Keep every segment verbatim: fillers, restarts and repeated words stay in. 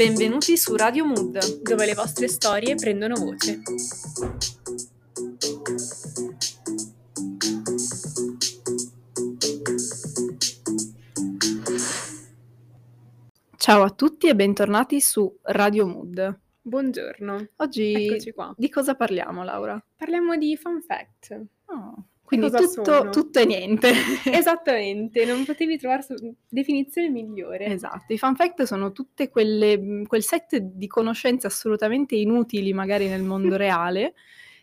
Benvenuti su Radio Mood, dove le vostre storie prendono voce. Ciao a tutti e bentornati su Radio Mood. Buongiorno. Oggi Eccoci qua. di cosa parliamo, Laura? Parliamo di fun fact. Oh, quindi cosa tutto, sono? tutto e niente. Esattamente, non potevi trovare su- definizione migliore. Esatto, i fun fact sono tutte quelle, quel set di conoscenze assolutamente inutili magari nel mondo reale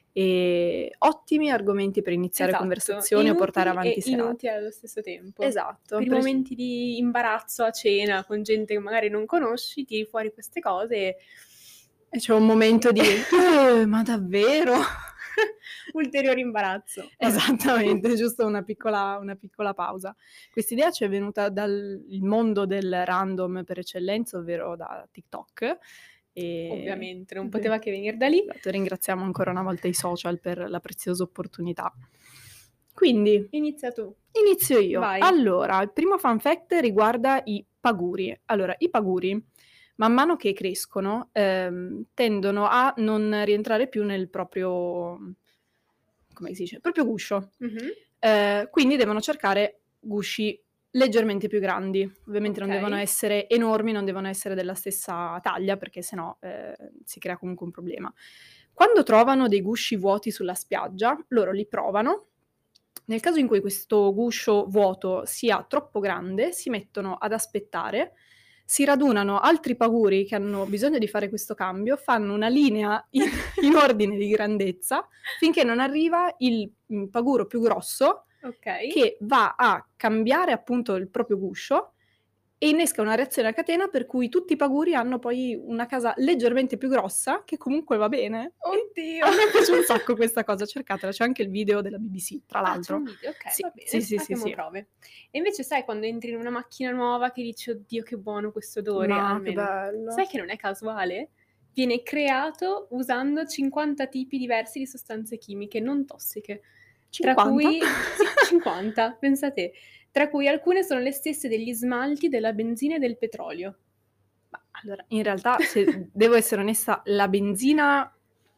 e ottimi argomenti per iniziare Esatto, conversazioni o portare inutili avanti e serate. inutili allo stesso tempo. Esatto. Per i pres- momenti di imbarazzo a cena con gente che magari non conosci, tiri fuori queste cose e E c'è un momento di "Eh, ma davvero?" ulteriore imbarazzo. Vabbè. Esattamente, giusto una piccola, una piccola pausa. Quest'idea ci è venuta dal il mondo del random per eccellenza, ovvero da TikTok. E Ovviamente, non Beh, poteva che venire da lì. esatto, ringraziamo ancora una volta i social per la preziosa opportunità. Quindi Inizia tu. inizio io. Vai. Allora, il primo fun fact riguarda i paguri. Allora, i paguri, man mano che crescono, ehm, tendono a non rientrare più nel proprio, come si dice, proprio guscio. Mhm. Eh, quindi devono cercare gusci leggermente più grandi. Ovviamente non Ok. devono essere enormi, non devono essere della stessa taglia, perché sennò eh, si crea comunque un problema. Quando trovano dei gusci vuoti sulla spiaggia, loro li provano. Nel caso in cui questo guscio vuoto sia troppo grande, si mettono ad aspettare, si radunano altri paguri che hanno bisogno di fare questo cambio, fanno una linea in, in ordine di grandezza finché non arriva il mm, paguro più grosso Ok. che va a cambiare appunto il proprio guscio e innesca una reazione a catena per cui tutti i paguri hanno poi una casa leggermente più grossa che comunque va bene. Oddio! A me piace un sacco questa cosa, cercatela, c'è anche il video della B B C, tra Ah, c'è l'altro. un video, ok, Sì, va bene, sì, sì, sì, faremo sì. prove. E invece sai quando entri in una macchina nuova che dici oddio che buono questo odore, Ma che almeno. bello. Sai che non è casuale? Viene creato usando cinquanta tipi diversi di sostanze chimiche non tossiche. Tra cinquanta? cui sì, cinquanta, pensa te. Tra cui alcune sono le stesse degli smalti, della benzina e del petrolio. Ma allora, in realtà, se devo essere onesta, la benzina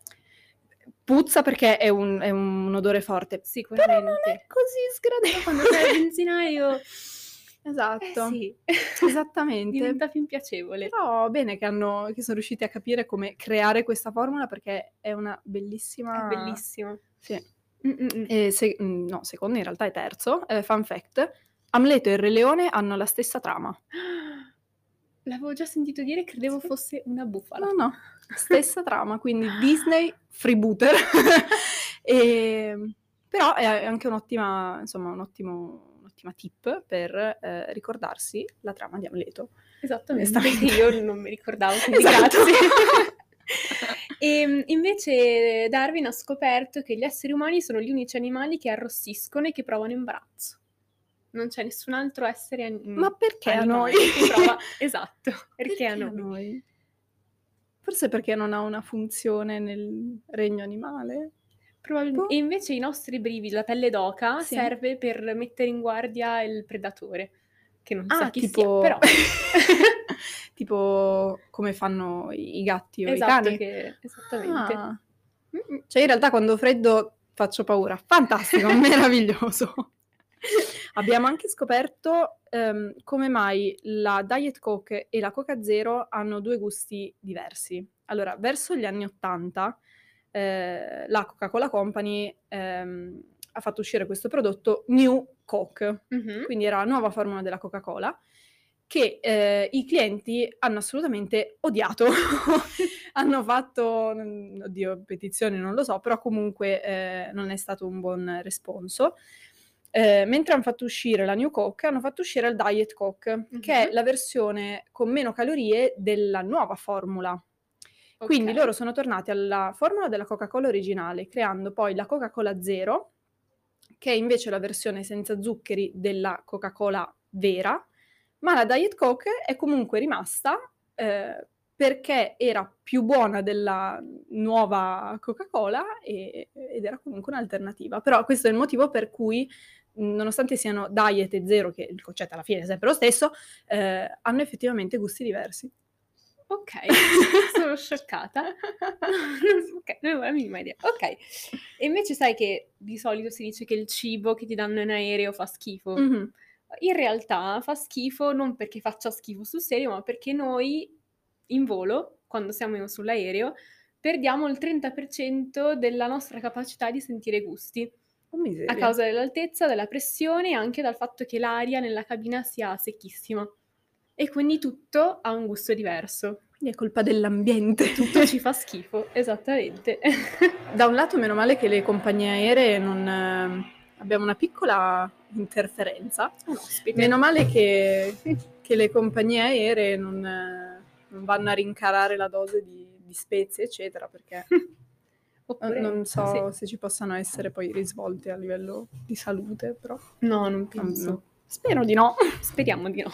puzza perché è un, è un odore forte. Sicuramente. Però non è così sgradevole. Quando sei al benzinaio... Esatto. Eh sì. Esattamente. Diventa più piacevole. Però bene che, hanno, che sono riusciti a capire come creare questa formula perché è una bellissima... È bellissimo. Sì. Mm-mm. E se- mm, no, secondo in realtà è terzo. Eh, fun fact, Amleto e il Re Leone hanno la stessa trama. L'avevo già sentito dire, credevo Sì. fosse una bufala. No, no, stessa trama, quindi Disney freebooter. E, però è anche un'ottima, insomma, un ottimo, un'ottima tip per eh, ricordarsi la trama di Amleto. Esattamente, Onestamente. che io non mi ricordavo, quindi Esatto. grazie. E invece Darwin ha scoperto che gli esseri umani sono gli unici animali che arrossiscono e che provano imbarazzo. Non c'è nessun altro essere an- Ma perché a animale noi? che prova... Esatto, perché, Perché a noi? Forse perché non ha una funzione nel regno animale? Probabilmente. Boh. E invece i nostri brividi, la pelle d'oca, Sì. serve per mettere in guardia il predatore, che non Ah, sa chi tipo... sia, però... tipo come fanno i i gatti o i Esatto, cani? che... esattamente. Ah. Mm-mm. Cioè in realtà quando ho freddo faccio paura. Fantastico, meraviglioso. Abbiamo anche scoperto ehm, come mai la Diet Coke e la Coca Zero hanno due gusti diversi. Allora, verso gli anni Ottanta eh, la Coca-Cola Company ehm, ha fatto uscire questo prodotto New Coke, Mhm. quindi era la nuova formula della Coca-Cola, che eh, i clienti hanno assolutamente odiato. Hanno fatto, mm, oddio, petizioni, non lo so, però comunque eh, non è stato un buon responso. Eh, mentre hanno fatto uscire la New Coke, hanno fatto uscire il Diet Coke, Mhm. che è la versione con meno calorie della nuova formula. Quindi Ok. loro sono tornati alla formula della Coca-Cola originale, creando poi la Coca-Cola Zero, che è invece la versione senza zuccheri della Coca-Cola vera, ma la Diet Coke è comunque rimasta eh, perché era più buona della nuova Coca-Cola e- ed era comunque un'alternativa. Però questo è il motivo per cui, nonostante siano diet e zero, che il concetto alla fine è sempre lo stesso, eh, hanno effettivamente gusti diversi. Okay, sono scioccata. Okay, non avevo la minima idea. Okay. E invece sai che di solito si dice che il cibo che ti danno in aereo fa schifo? Mh-mh. In realtà fa schifo non perché faccia schifo sul serio, ma perché noi in volo, quando siamo in sull'aereo, perdiamo il trenta per cento della nostra capacità di sentire i gusti, Oh a miseria. causa dell'altezza, della pressione e anche dal fatto che l'aria nella cabina sia secchissima. E quindi tutto ha un gusto diverso. Quindi è colpa dell'ambiente. Tutto ci fa schifo, esattamente. Da un lato meno male che le compagnie aeree non abbiamo una piccola interferenza. Un ospite. Meno male che che le compagnie aeree non non vanno a rincarare la dose di di spezie, eccetera, perché Oppure non so sì. se ci possano essere poi risvolti a livello di salute, però No, non non penso. no. Spero di no. Speriamo di no.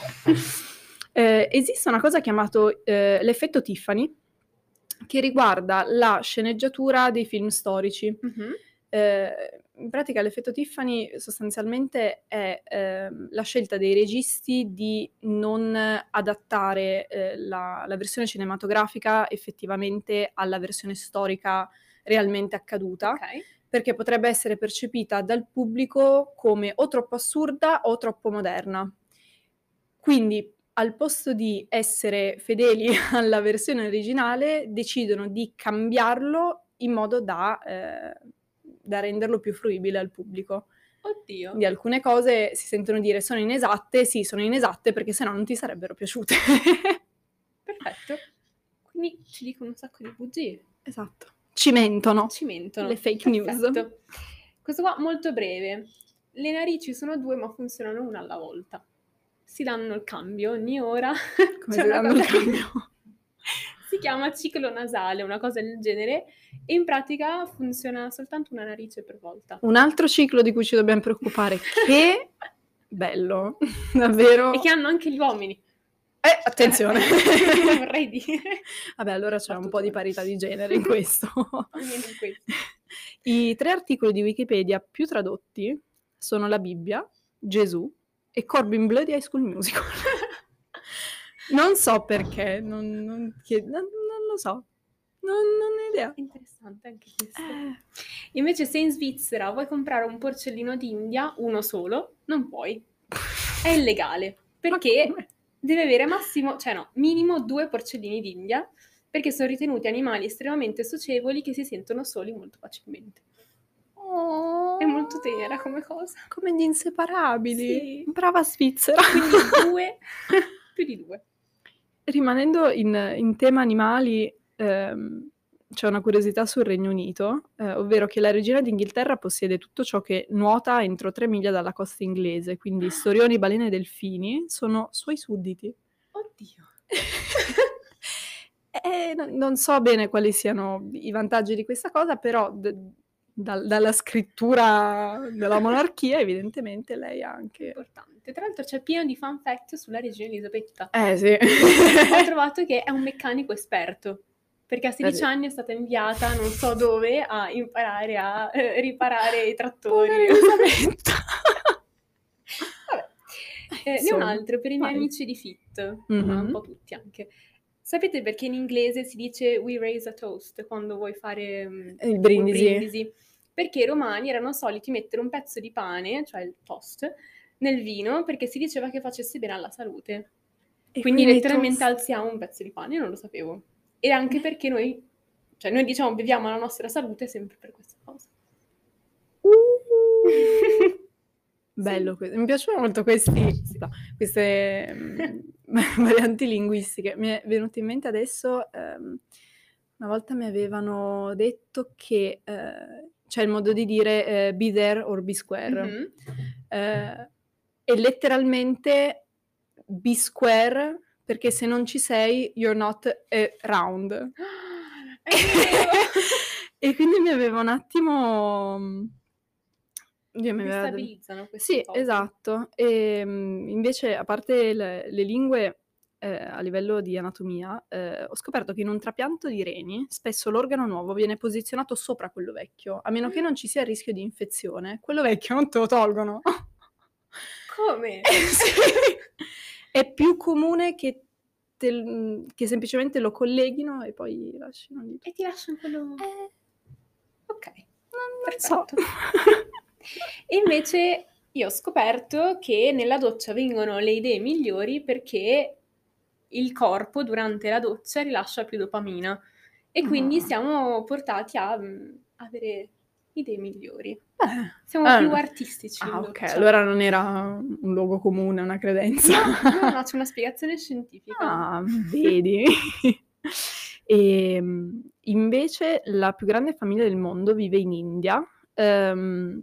Ehm, esiste una cosa chiamato, ehm, l'effetto Tiffany, che riguarda la sceneggiatura dei film storici. Mh-mh. Ehm, in pratica l'effetto Tiffany sostanzialmente è, ehm, la scelta dei registi di non adattare, ehm, la la versione cinematografica effettivamente alla versione storica realmente accaduta, Okay. perché potrebbe essere percepita dal pubblico come o troppo assurda o troppo moderna. Quindi, al posto di essere fedeli alla versione originale, decidono di cambiarlo in modo da ehm, da renderlo più fruibile al pubblico. Oddio. Quindi alcune cose si sentono dire: "Sono inesatte", sì, sono inesatte perché se no non ti sarebbero piaciute. Perfetto. Quindi ci dicono un sacco di bugie. Esatto. Ci mentono. Ci mentono. Le fake news. Perfetto. Questo qua molto breve. Le narici sono due, ma funzionano una alla volta. Si danno il cambio ogni ora. Come C'è si una danno il cosa che cambio? si chiama ciclo nasale, una cosa del genere, e in pratica funziona soltanto una narice per volta. Un altro ciclo di cui ci dobbiam preoccupare. Che bello, davvero. E che hanno anche gli uomini. Eh, attenzione. Non vorrei dire. Vabbè, allora c'è un po' di Battutone. parità di genere in questo. Almeno in questo. I tre articoli di Wikipedia più tradotti sono la Bibbia, Gesù e Corbin Bleu di High School Musical. Non so perché, non non chie non non lo so. Non non ho idea. Interessante anche questo. Eh. Invece se in Svizzera vuoi comprare un porcellino d'India, uno solo, non puoi. È illegale, Ma perché come? deve avere massimo, cioè no, minimo due porcellini d'India, perché sono ritenuti animali estremamente socievoli che si sentono soli molto facilmente. È molto tenera come cosa. Come gli inseparabili. Sì. Brava Svizzera. Quindi due, più di due. Rimanendo in in tema animali, ehm, c'è una curiosità sul Regno Unito, ehm, ovvero che la regina d'Inghilterra possiede tutto ciò che nuota entro tre miglia dalla costa inglese, quindi storioni, balene e delfini sono suoi sudditi. Oddio. Eh, non non so bene quali siano i vantaggi di questa cosa, però d dal dalla scrittura della monarchia evidentemente lei ha anche Importante. Tra l'altro c'è pieno di fun fact sulla regina Elisabetta. eh sì. Ho trovato che è un meccanico esperto, perché a sedici Eh sì. anni è stata inviata non so dove a imparare a, ehm, riparare i trattori. Povera Elisabetta. Vabbè. Eh, ne ho un Insomma, altro per i miei vai. amici di Fit, Mh-mh. ma un po' tutti anche. Sapete perché in inglese si dice "we raise a toast" quando vuoi fare, mhmm, Il un brindisi. brindisi? Perché i romani erano soliti mettere un pezzo di pane, cioè il toast, nel vino perché si diceva che facesse bene alla salute. E Quindi quindi letteralmente toast. alziamo un pezzo di pane, io non lo sapevo. E anche perché noi, cioè noi diciamo beviamo la nostra salute sempre per questa cosa. Uh. Bello Sì. que mi piacciono molto questi no, queste, mhmm, varianti linguistiche. Mi è venuto in mente adesso, ehm, una volta mi avevano detto che, ehm, c'è il modo di dire, ehm, be there or be square. Mh-mh. Ehm, e letteralmente be square perché se non ci sei you're not around. È vero! E quindi mi aveva un attimo mhmm, Dio mi aveva de Destabilizzano queste sì, cose. esatto. Ehm, invece a parte le le lingue, ehm, a livello di anatomia, ehm, ho scoperto che in un trapianto di reni spesso l'organo nuovo viene posizionato sopra quello vecchio, a meno che non ci sia il rischio di infezione, quello vecchio non te lo tolgono. Come? Eh sì, è più comune che te l mhmm, che semplicemente lo colleghino e poi lasciano lì. E ti lasciano quello Eh. Okay, Non non so. perfetto. E invece io ho scoperto che nella doccia vengono le idee migliori perché il corpo durante la doccia rilascia più dopamina e quindi Ah. siamo portati a, mhmm, avere idee migliori. Eh, Siamo più ehm, artistici ah in okay, doccia. allora non era un luogo comune, una credenza. No, no, no, c'è una spiegazione scientifica. Ah, vedi? Ehm, invece la più grande famiglia del mondo vive in India. Ehm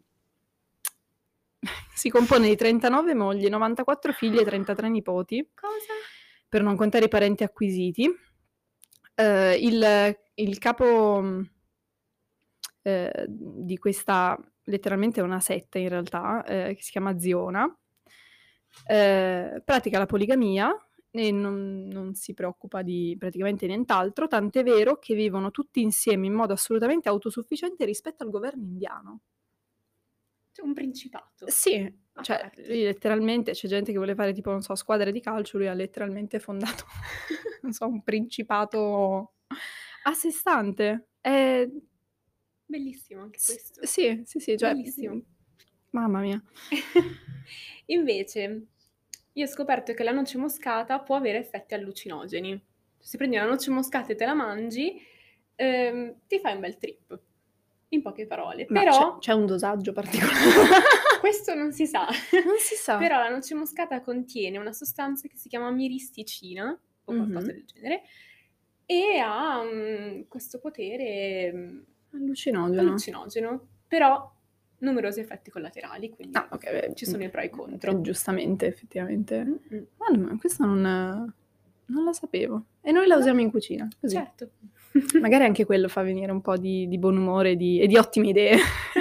si compone di trentanove mogli, novantaquattro figli e trentatré nipoti, Cosa? per non contare i parenti acquisiti. Ehm, il il capo, mhmm, ehm, di questa letteralmente è una setta in realtà, ehm, che si chiama Ziona, ehm, pratica la poligamia e non non si preoccupa di praticamente nient'altro, tant'è vero che vivono tutti insieme in modo assolutamente autosufficiente rispetto al governo indiano. C'è un principato Sì, a cioè parte. lui letteralmente c'è gente che vuole fare tipo, non so, squadre di calcio, lui ha letteralmente fondato, non so, un principato a sé stante. È Bellissimo anche s questo. sì, sì, sì, cioè, Bellissimo. mhmm, mamma mia. Invece, io ho scoperto che la noce moscata può avere effetti allucinogeni. Se prendi una noce moscata e te la mangi, ehm, ti fai un bel trip, in poche parole. Ma c'è Però c'è un dosaggio particolare? questo non si sa. Non si sa. Però la noce moscata contiene una sostanza che si chiama miristicina, o qualcosa Mh-mh. del genere, e ha, mhmm, questo potere, mhmm, Allucinogeno. allucinogeno, però numerosi effetti collaterali, Ah, quindi okay, beh, ci sono i pro e i mh, e contro. giustamente, effettivamente. Mh-mh. Ma no, questa non non la sapevo. E noi la No, usiamo in cucina, così. certo. Magari anche quello fa venire un po' di di buon umore e di e di ottime idee.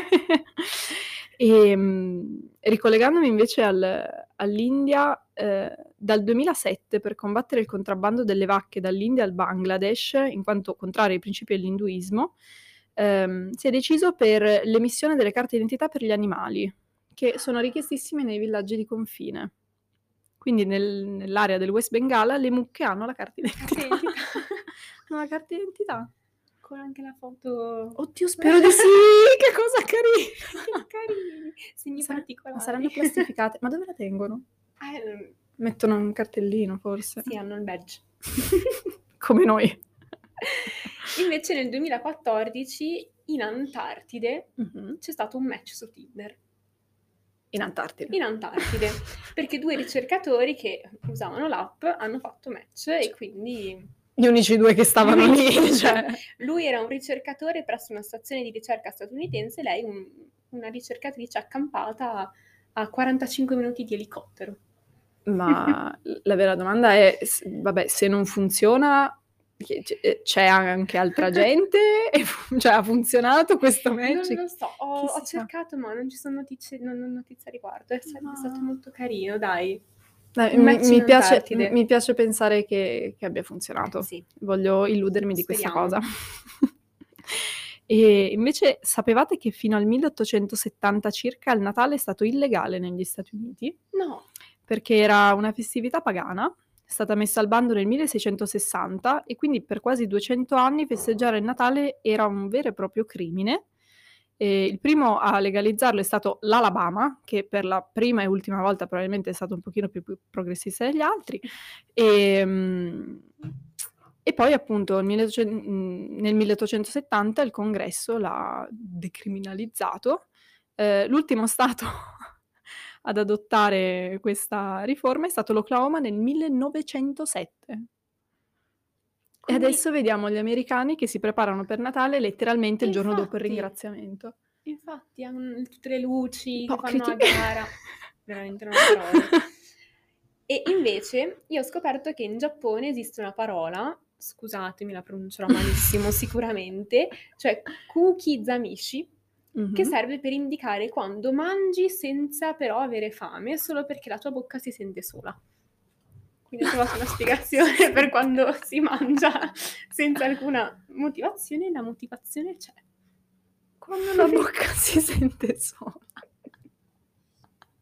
Ehm, ricollegandomi invece al all'India, ehm, dal duemilasette per combattere il contrabbando delle vacche dall'India al Bangladesh, in quanto contrario ai principi dell'induismo, ehm, si è deciso per l'emissione delle carte d'identità per gli animali, che sono richiestissime nei villaggi di confine. Quindi nel nell'area del West Bengala le mucche hanno la carta La carta d'identità. d'identità. Hanno la carta d'identità. Con anche la foto Oddio, spero di sì! Che cosa Che carina! carini, Ma segni sare ma particolari. saranno plastificate? Ma dove la tengono? Eh, ehm, Mettono un cartellino forse. sì, hanno il badge. Come noi. Invece nel duemilaquattordici in Antartide Mh-mh. c'è stato un match su Tinder. In Antartide. In Antartide, perché due ricercatori che usavano l'app hanno fatto match e Cioè, quindi gli unici due che gli stavano unici lì, cioè. lui era un ricercatore presso una stazione di ricerca statunitense, lei un una ricercatrice accampata a quarantacinque minuti di elicottero. Ma l la vera domanda è s vabbè, se non funziona, che c ehm, c'è anche altra gente? E fu cioè ha funzionato questo Non match? lo so, ho Chi ho si sa? cercato ma non ci son notizie non ho notizie a riguardo. È sarebbe stato Ma molto carino, dai. Dai, Un mi match in mi piace m Antartide. mi piace pensare che che abbia funzionato. Sì, Voglio illudermi di questa speriamo. cosa. E invece sapevate che fino al milleottocentosettanta circa il Natale è stato illegale negli Stati Uniti? No. Perché era una festività pagana, è stata messa al bando nel milleseicentosessanta e quindi per quasi duecento anni festeggiare il Natale era un vero e proprio crimine. Ehm, il primo a legalizzarlo è stato l'Alabama, che per la prima e ultima volta probabilmente è stato un pochino più più progressista degli altri. Ehm, e poi appunto il milleottocen mhmm, nel milleottocentosettanta il congresso l'ha decriminalizzato. Ehm, l'ultimo stato ad adottare questa riforma è stato l'Oklahoma nel millenovecentosette. E Quindi adesso vediamo gli americani che si preparano per Natale letteralmente il giorno dopo il infatti, ringraziamento. infatti han tutte le luci, che fanno Ipocriti. la gara. Veramente non ho parole. E invece io ho scoperto che in Giappone esiste una parola, scusatemi la pronuncerò malissimo sicuramente, cioè Kukizamishi, che Mh-mh. serve per indicare quando mangi senza però avere fame, solo perché la tua bocca si sente sola. Quindi ho trovato una spiegazione per quando si mangia senza alcuna motivazione, la motivazione c'è. Quando la bocca si sente sola.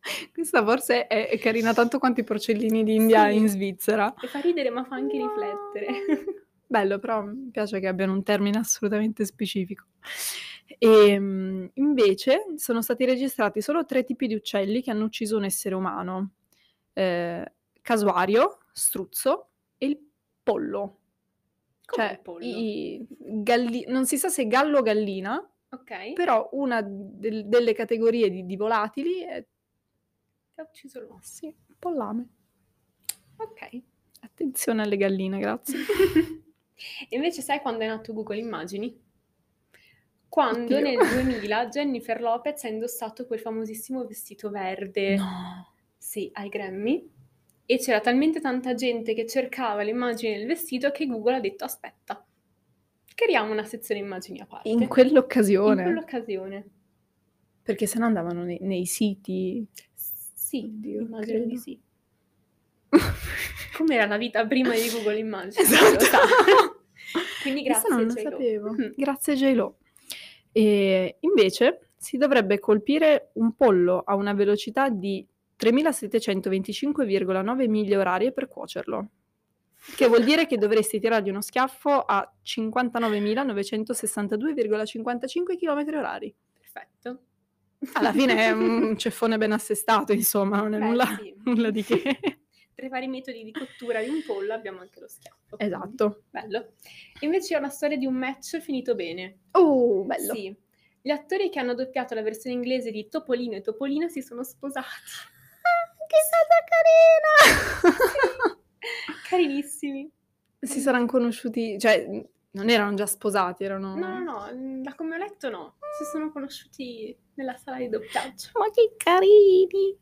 Questa forse è è carina tanto quanto i porcellini d'India Sì. in Svizzera. E fa ridere, ma fa anche No. riflettere. Bello, però mi piace che abbiano un termine assolutamente specifico. Ehm, invece sono stati registrati solo tre tipi di uccelli che hanno ucciso un essere umano: ehm, casuario, struzzo e il pollo. Come il Cioè pollo? i i galli non si sa se gallo o gallina, Okay. però una del delle categorie di di volatili è Che ha ucciso l'uomo. sì, pollame. Okay. Attenzione alle galline, grazie. E invece sai quando è nato Google Immagini? Quando Oddio. nel duemila Jennifer Lopez ha indossato quel famosissimo vestito verde, No. sì, ai Grammy, e c'era talmente tanta gente che cercava le immagini del vestito che Google ha detto: "Aspetta, creiamo una sezione immagini a parte." In quell'occasione? In quell'occasione. Perché se no andavano nei nei siti. S sì, Oddio, immagino di credo. sì. Com'era la vita prima di Google Immagini? Chi Esatto. lo sa? Quindi Questo grazie non lo J Lo. sapevo. Mh-mh. Grazie J-Lo. Ehm, invece si dovrebbe colpire un pollo a una velocità di tremilasettecentoventicinque virgola nove miglia orarie per cuocerlo. Che vuol dire che dovresti tirargli uno schiaffo a cinquantanovemilanovecentosessantadue virgola cinquantacinque chilometri orari. Perfetto. Alla fine è un ceffone ben assestato, insomma, non è Beh, nulla sì. nulla di che. Tra i vari metodi di cottura di un pollo abbiamo anche lo schiaffo, quindi Esatto. bello. Invece ho una storia di un match finito bene. Uh, bello. Sì, gli attori che hanno doppiato la versione inglese di Topolino e Topolina si sono sposati. Che cosa carina! Sì, carinissimi. Si saran conosciuti, cioè, mhmm, non erano già sposati, erano No, no, no, mhmm, da come ho letto no. Si sono conosciuti nella sala di doppiaggio. Ma che carini!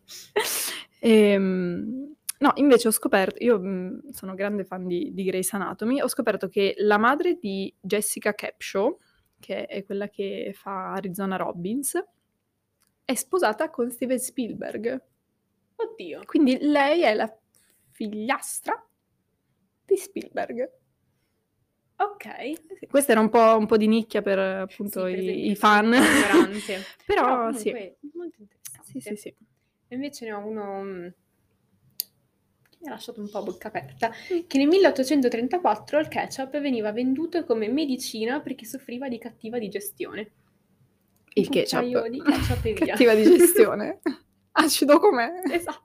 Ehm, no, invece ho scopert io, mhmm, sono grande fan di di Grey's Anatomy, ho scoperto che la madre di Jessica Capshaw, che è quella che fa Arizona Robbins, è sposata con Steven Spielberg. Oddio. Quindi lei è la figliastra di Spielberg. Okay. Eh sì, questa era un po' un po' di nicchia per Sì, appunto per i esempio i sono un fan. po' ignorante. Però Però sì. comunque molto Sì, sì, interessante. sì. E invece ne ho uno, mhmm, che mi ha lasciato un po' a bocca aperta, Mh. che nel milleottocentotrentaquattro il ketchup veniva venduto come medicina per chi soffriva di cattiva digestione. Un Il cucchiaio ketchup. di ketchup e via. Cattiva digestione. Acido com'è. Esatto.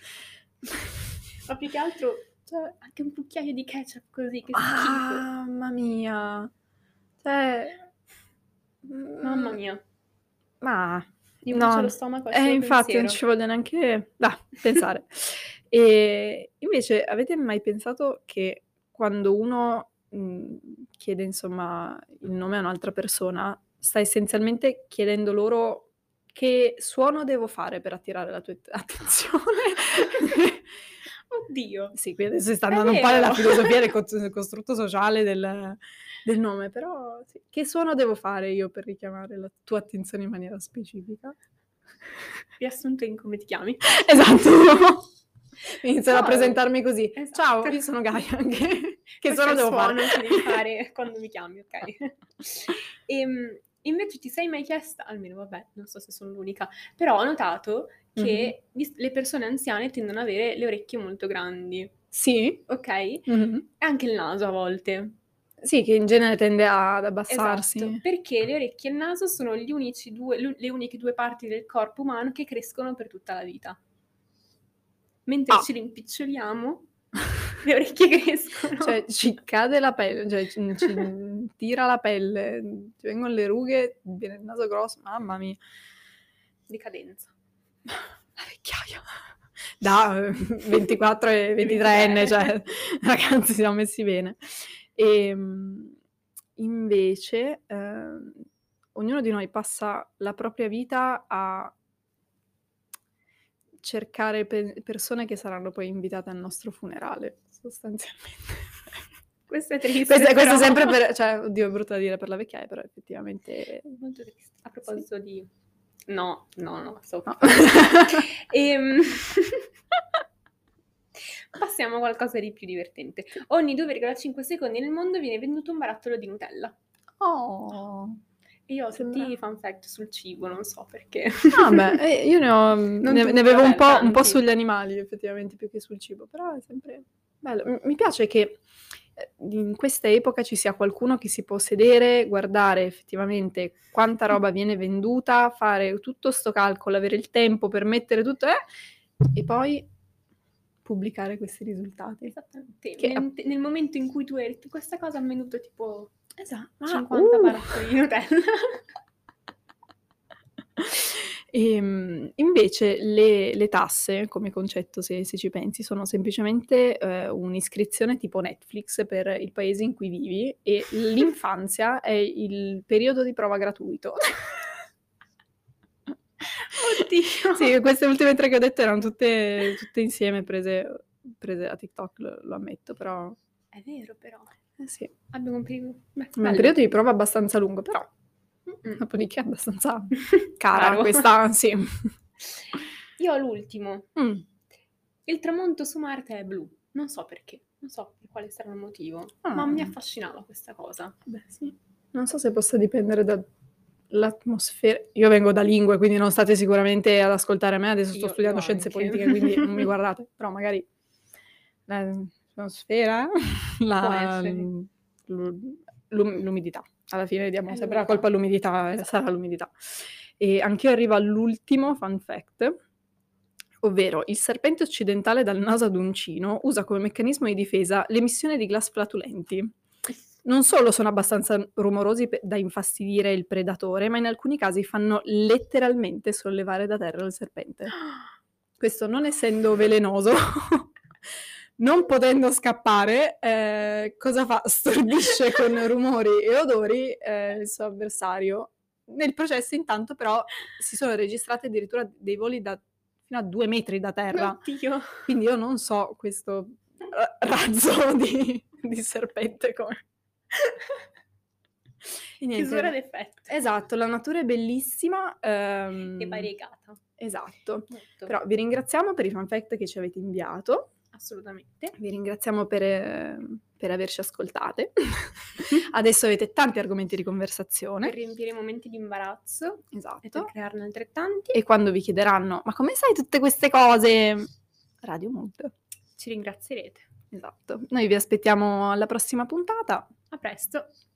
Ma più che altro, cioè, anche un cucchiaio di ketchup così, che schifo. Mamma mia. Cioè, Mamma mhmm, mia, ma mi brucia lo no. stomaco al Eh, solo infatti non pensiero. ci voglio neanche bah, pensare. Ehm, invece avete mai pensato che quando uno, mhmm, chiede insomma il nome a un'altra persona, sta essenzialmente chiedendo loro che suono devo fare per attirare la tua at attenzione? Oddio, Sì, qui adesso si sta è andando un po' vero. nella filosofia del cot del costrutto sociale del del nome, però sì. Che suono devo fare io per richiamare la tua attenzione in maniera specifica? Riassunto in come ti chiami. Esatto. Inizierò a Però presentarmi così: "Ciao, esatto. io sono Gaia, che che Questo è suono il devo fare?" suono che devi fare quando mi chiami, okay. Ehm, invece ti sei mai chiesta, almeno vabbè, non so se sono l'unica, però ho notato Mh-mh. che vis le persone anziane tendono ad avere le orecchie molto grandi, Sì. okay, Mh-mh. e anche il naso a volte. Sì, che in genere tende ad Esatto, abbassarsi. perché le orecchie e il naso sono gli unici due lu le uniche due parti del corpo umano che crescono per tutta la vita. Mentre Ah. ci rimpiccioliamo, le orecchie crescono. Cioè ci cade la pelle, cioè ci ci tira la pelle, ci vengono le rughe, viene il naso grosso, mamma mia. Decadenza. La vecchiaia. Da, uhm, ventiquattro e ventitreenne, cioè ventitré. ragazzi siamo messi bene. Ehm, invece, ehm, ognuno di noi passa la propria vita a cercare pe persone che saranno poi invitate al nostro funerale, sostanzialmente. Questo è triste Questo è questo però. è sempre per cioè, oddio è brutto da dire per la vecchiaia, però effettivamente Molto triste. A sì. proposito di no, no, no, stavo No. per fare ehm, passiamo a qualcosa di più divertente. Ogni due virgola cinque secondi nel mondo viene venduto un barattolo di Nutella. Oh. Io ho Sembra tutti i fun fact sul cibo, non so perché. Ah beh, eh, io ne ho ne Non ne tutti, avevo un vabbè, po' un po' tanti. sugli animali effettivamente più che sul cibo, però è sempre bello. M mi piace che, ehm, in questa epoca ci sia qualcuno che si può sedere, guardare effettivamente quanta roba viene venduta, fare tutto 'sto calcolo, avere il tempo per mettere tutto eh, e poi pubblicare questi risultati. Esattamente. Che a Nel nel momento in cui tu hai detto questa cosa han venduto tipo esa ah, cinquanta uh! barattoli di Nutella. Ehm, invece le le tasse come concetto, se se ci pensi, sono semplicemente, ehm, un'iscrizione tipo Netflix per il paese in cui vivi e l'infanzia è il periodo di prova gratuito. Oddio. Sì, queste ultime tre che ho detto erano tutte tutte insieme prese prese da TikTok, lo lo ammetto, però È vero però. eh sì. Abbiamo un periodo beh, Un bello. periodo di prova abbastanza lungo, però Mh-mh. dopodiché è abbastanza cara Caro. questa sì. Io ho l'ultimo. Mh. Il tramonto su Marte è blu. Non so perché, non so per quale strano motivo, ma mi Ah. affascinava questa cosa. Beh sì. Non so se possa dipendere dall'atmosfe io vengo da lingue, quindi non state sicuramente ad ascoltare me, adesso sto Io io studiando scienze anche. politiche, quindi non mi guardate, però magari l'atmosfera, Può la essere. mhmm, l'u l'um l'umidità. Alla fine diamo È sempre la l'umidità. colpa all'umidità, e Esatto. sarà l'umidità. E anch'io arrivo all'ultimo fun fact, ovvero il serpente occidentale dal naso ad uncino usa come meccanismo di difesa l'emissione di gas flatulenti. Non solo sono abbastanza rumorosi pe da infastidire il predatore, ma in alcuni casi fanno letteralmente sollevare da terra il serpente. Questo non essendo velenoso, non potendo scappare, ehm, cosa fa? Stordisce con rumori e odori, ehm, il suo avversario. Nel processo intanto però si sono registrati addirittura dei voli da fino a due metri da terra. Oddio. Quindi io non so questo ra razzo di di serpente come e Chiusura niente. d'effetto. Esatto, la natura è bellissima, E ehm variegata. esatto. Molto. Però vi ringraziamo per i fun fact che ci avete inviato. Assolutamente. Vi ringraziamo per ehm, per averci ascoltate. Adesso avete tanti argomenti di Per conversazione. riempire i momenti di imbarazzo e per Esatto. crearne altrettanti. E quando vi chiederanno: "Ma come sai tutte queste cose?" Radio Mood. Ci ringrazierete. Esatto. Noi vi aspettiamo alla prossima puntata. A presto.